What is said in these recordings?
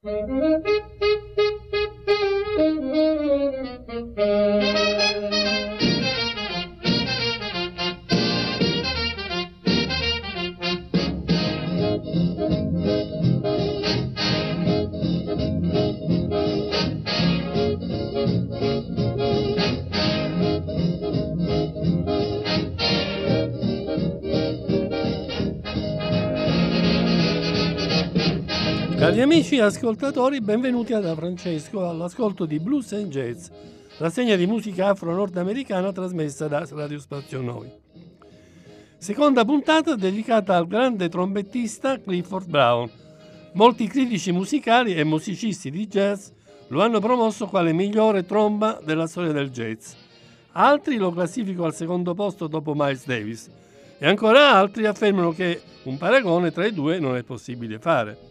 Cari amici ascoltatori, benvenuti da Francesco all'ascolto di Blues and Jazz, rassegna di musica afro-nordamericana trasmessa da Radio Spazio Noi. Seconda puntata dedicata al grande trombettista Clifford Brown. Molti critici musicali e musicisti di jazz lo hanno promosso quale migliore tromba della storia del jazz. Altri lo classificano al secondo posto dopo Miles Davis e ancora altri affermano che un paragone tra i due non è possibile fare.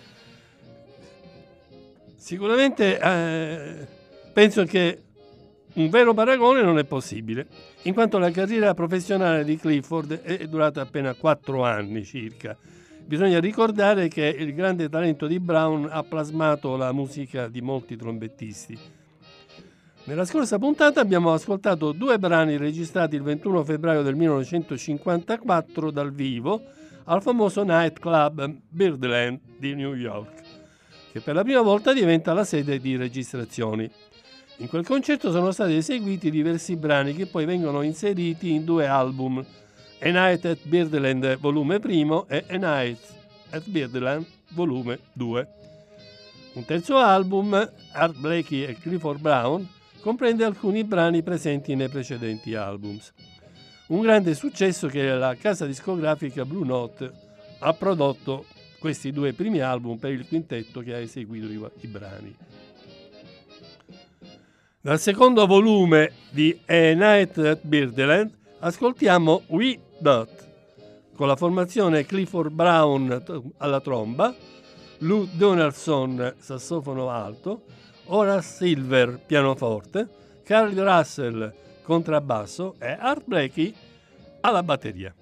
Sicuramente penso che un vero paragone non è possibile, in quanto la carriera professionale di Clifford è durata appena 4 anni circa. Bisogna ricordare che il grande talento di Brown ha plasmato la musica di molti trombettisti. Nella scorsa puntata abbiamo ascoltato 2 brani registrati il 21 febbraio del 1954 dal vivo al famoso nightclub Birdland di New York, che per la prima volta diventa la sede di registrazioni. In quel concerto sono stati eseguiti diversi brani che poi vengono inseriti in 2 album, A Night at Birdland volume 1 e A Night at Birdland volume 2. Un terzo album, Art Blakey e Clifford Brown, comprende alcuni brani presenti nei precedenti albums. Un grande successo che la casa discografica Blue Note ha prodotto questi 2 primi album per il quintetto che ha eseguito i brani. Dal secondo volume di A Night at Birdland ascoltiamo We Dot, con la formazione Clifford Brown alla tromba, Lou Donaldson sassofono alto, Horace Silver pianoforte, Carl Russell contrabbasso e Art Blakey alla batteria.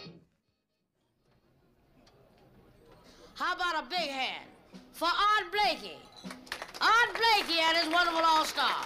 How about a big hand for Art Blakey? Art Blakey and his wonderful all-star.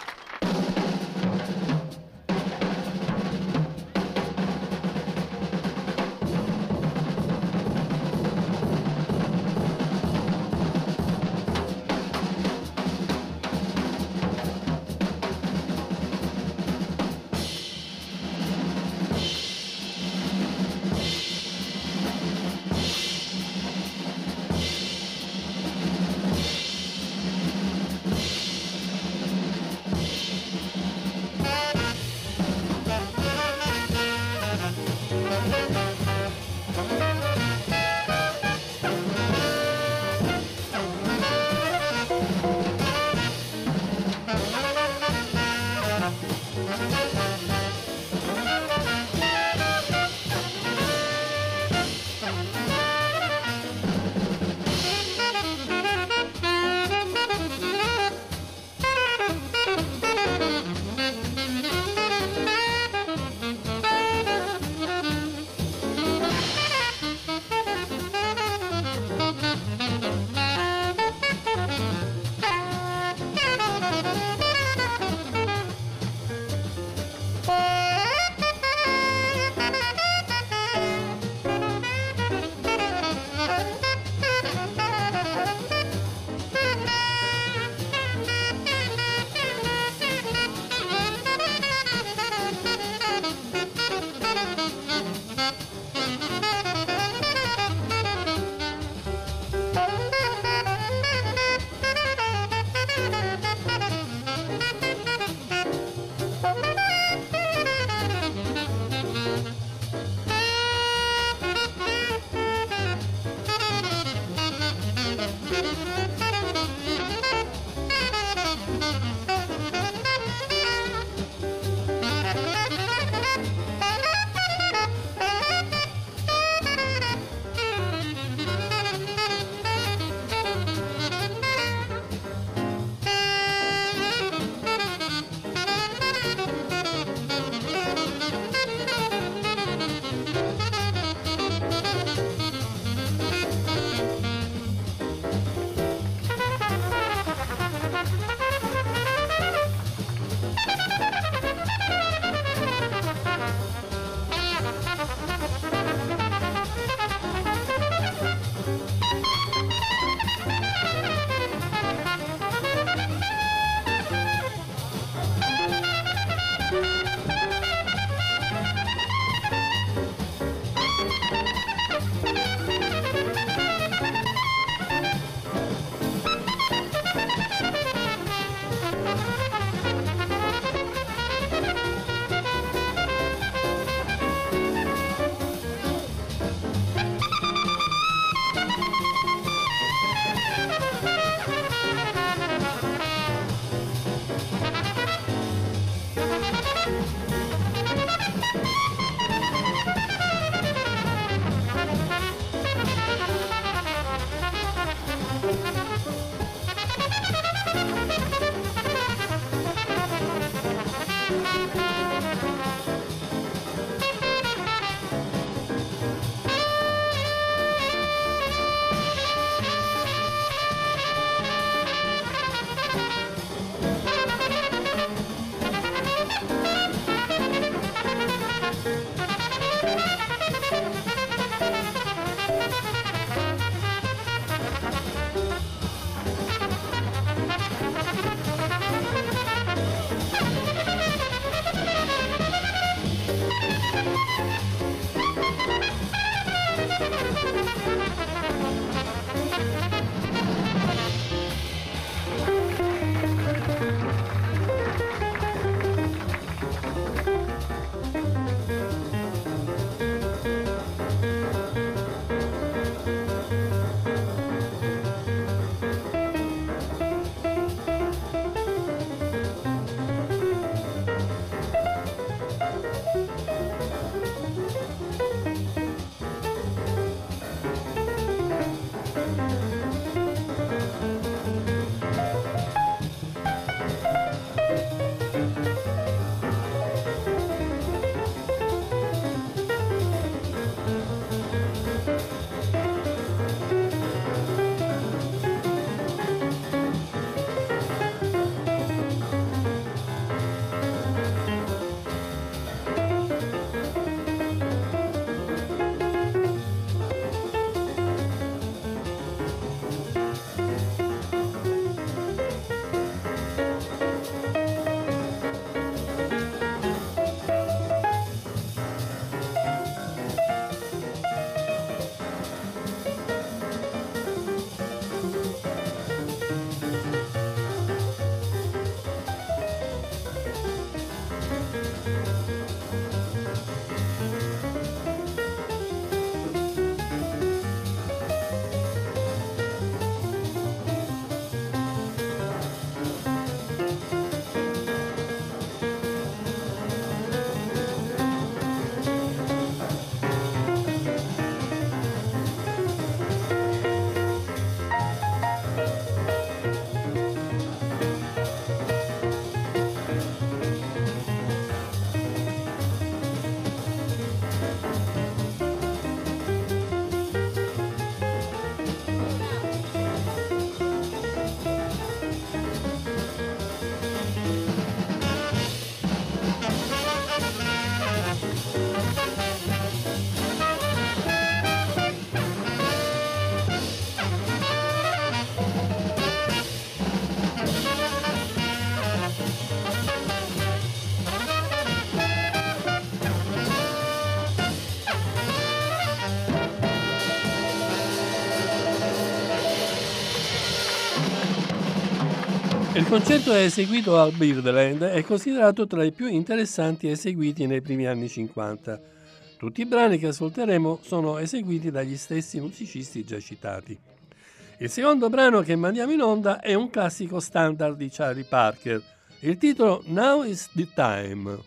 Il concerto è eseguito al Birdland è considerato tra i più interessanti eseguiti nei primi anni 50. Tutti i brani che ascolteremo sono eseguiti dagli stessi musicisti già citati. Il secondo brano che mandiamo in onda è un classico standard di Charlie Parker. Il titolo Now is the Time.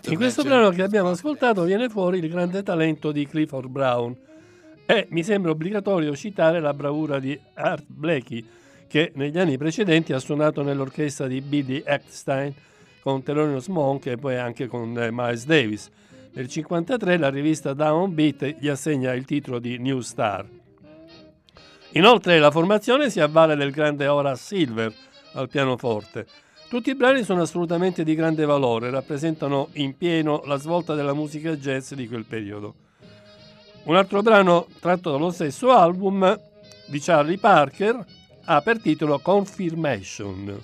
In questo brano che abbiamo ascoltato viene fuori il grande talento di Clifford Brown e mi sembra obbligatorio citare la bravura di Art Blakey, che negli anni precedenti ha suonato nell'orchestra di Billy Eckstine con Thelonious Monk e poi anche con Miles Davis. Nel 1953 la rivista Downbeat gli assegna il titolo di New Star. Inoltre la formazione si avvale del grande Horace Silver al pianoforte. Tutti i brani sono assolutamente di grande valore, rappresentano in pieno la svolta della musica jazz di quel periodo. Un altro brano tratto dallo stesso album di Charlie Parker ha per titolo Confirmation.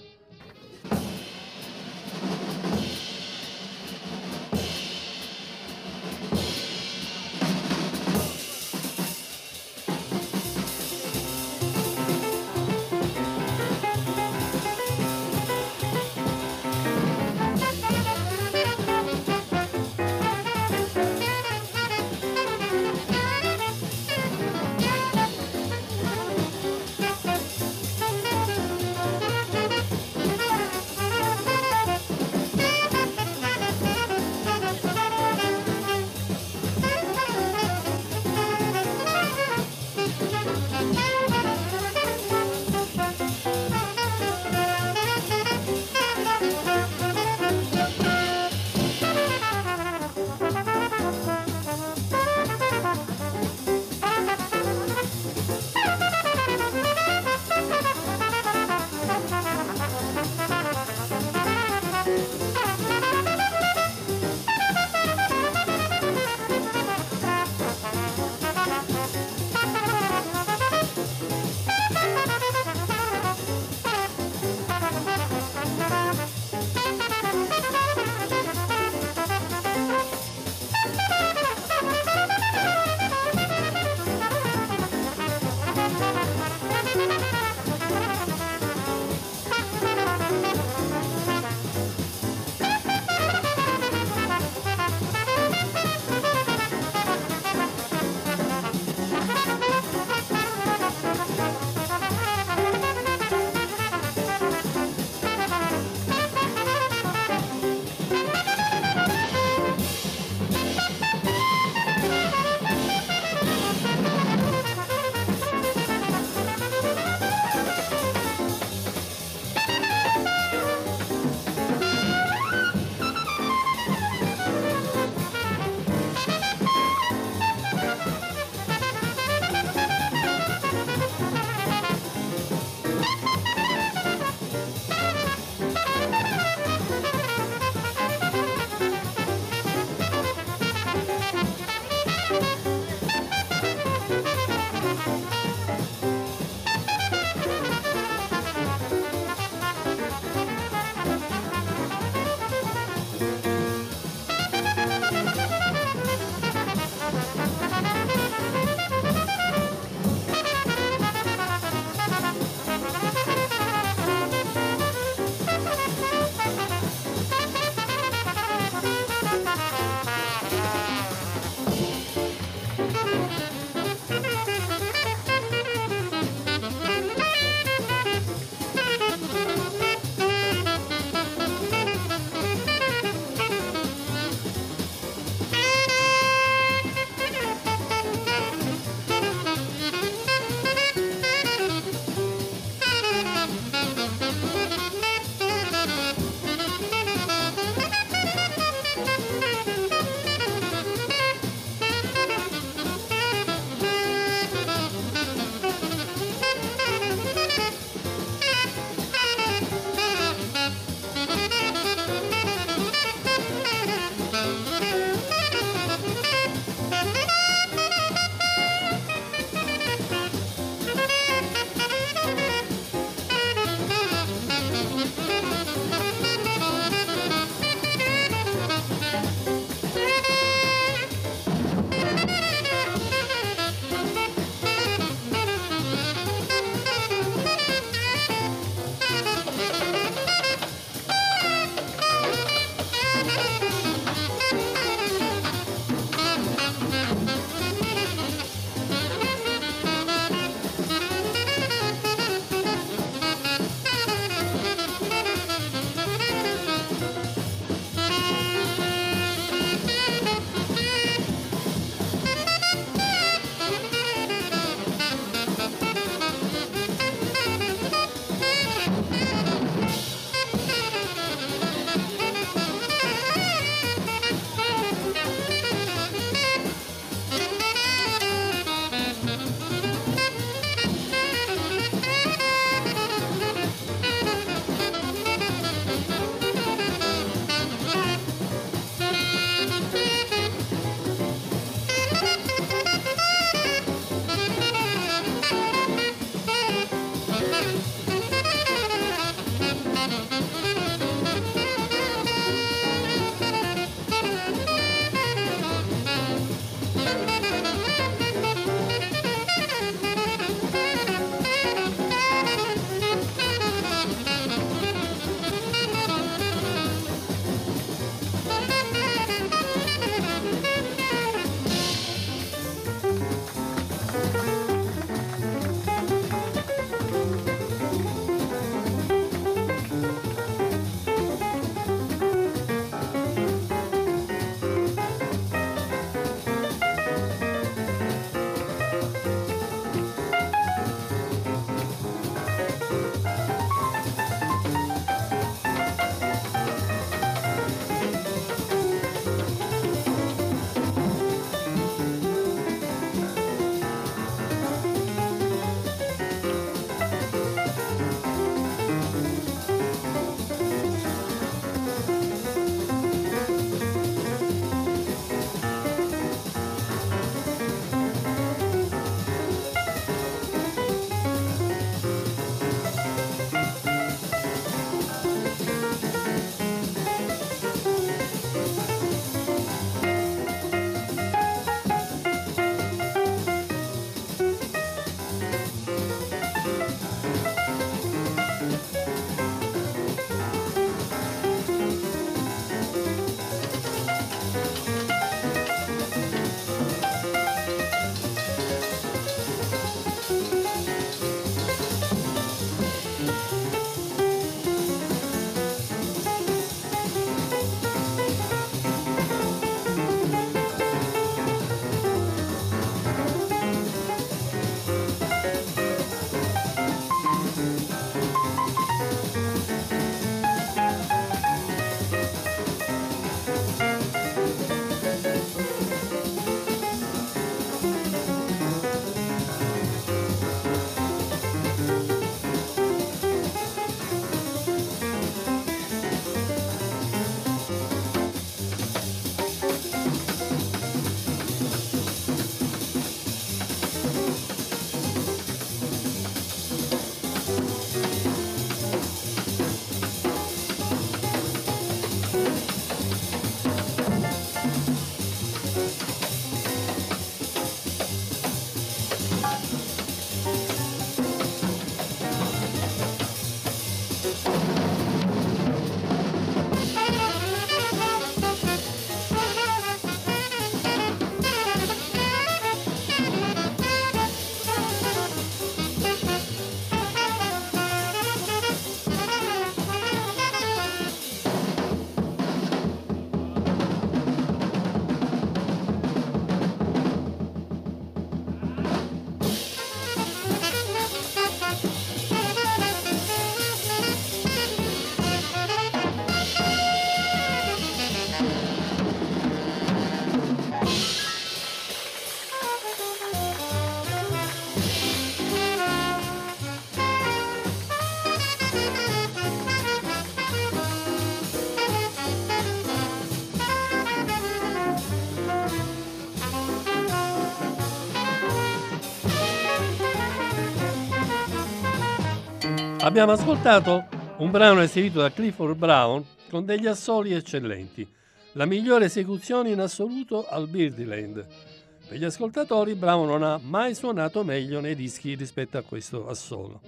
Abbiamo ascoltato un brano eseguito da Clifford Brown con degli assoli eccellenti, la migliore esecuzione in assoluto al Birdieland. Per gli ascoltatori, Brown non ha mai suonato meglio nei dischi rispetto a questo assolo.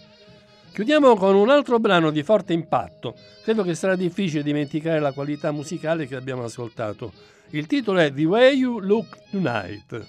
Chiudiamo con un altro brano di forte impatto. Credo che sarà difficile dimenticare la qualità musicale che abbiamo ascoltato. Il titolo è The Way You Look Tonight.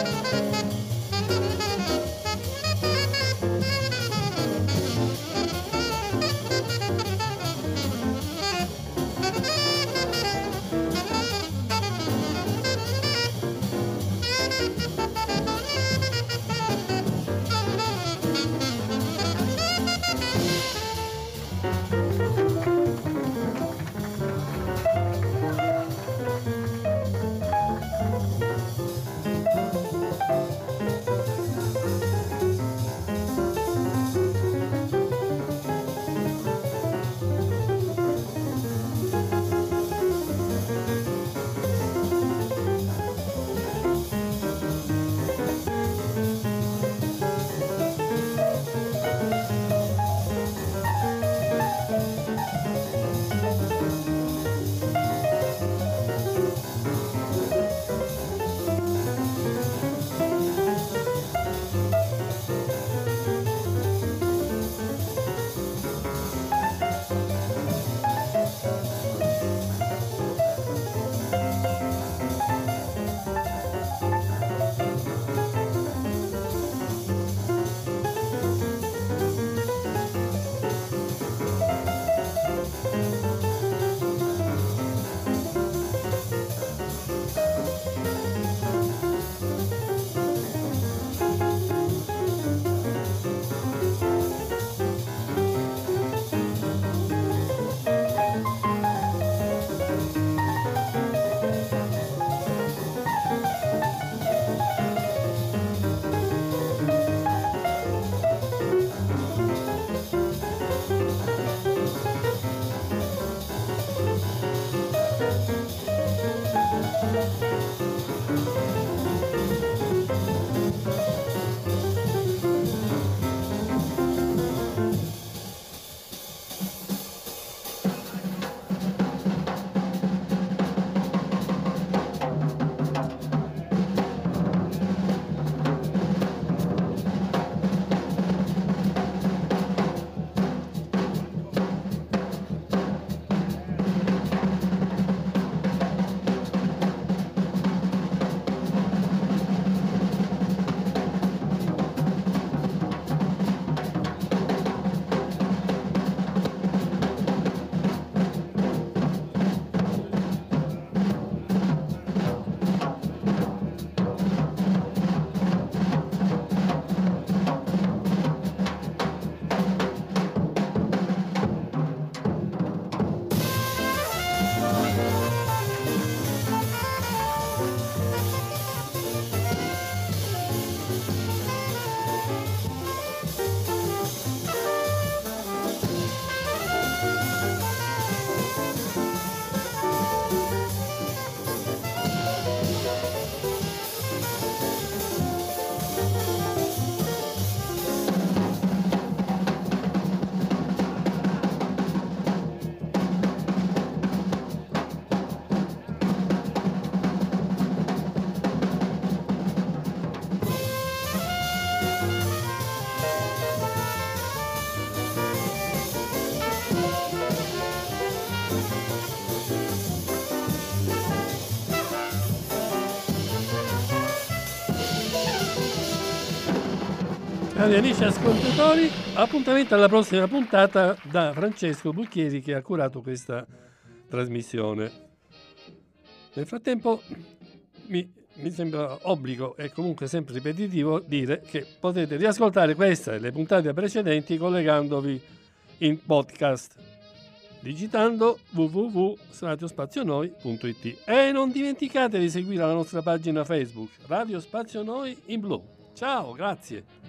Cari amici ascoltatori, appuntamento alla prossima puntata da Francesco Bucchieri che ha curato questa trasmissione. Nel frattempo mi sembra obbligo e comunque sempre ripetitivo dire che potete riascoltare questa e le puntate precedenti collegandovi in podcast digitando www.radiospazionoi.it e non dimenticate di seguire la nostra pagina Facebook Radio Spazio Noi in blu. Ciao, grazie.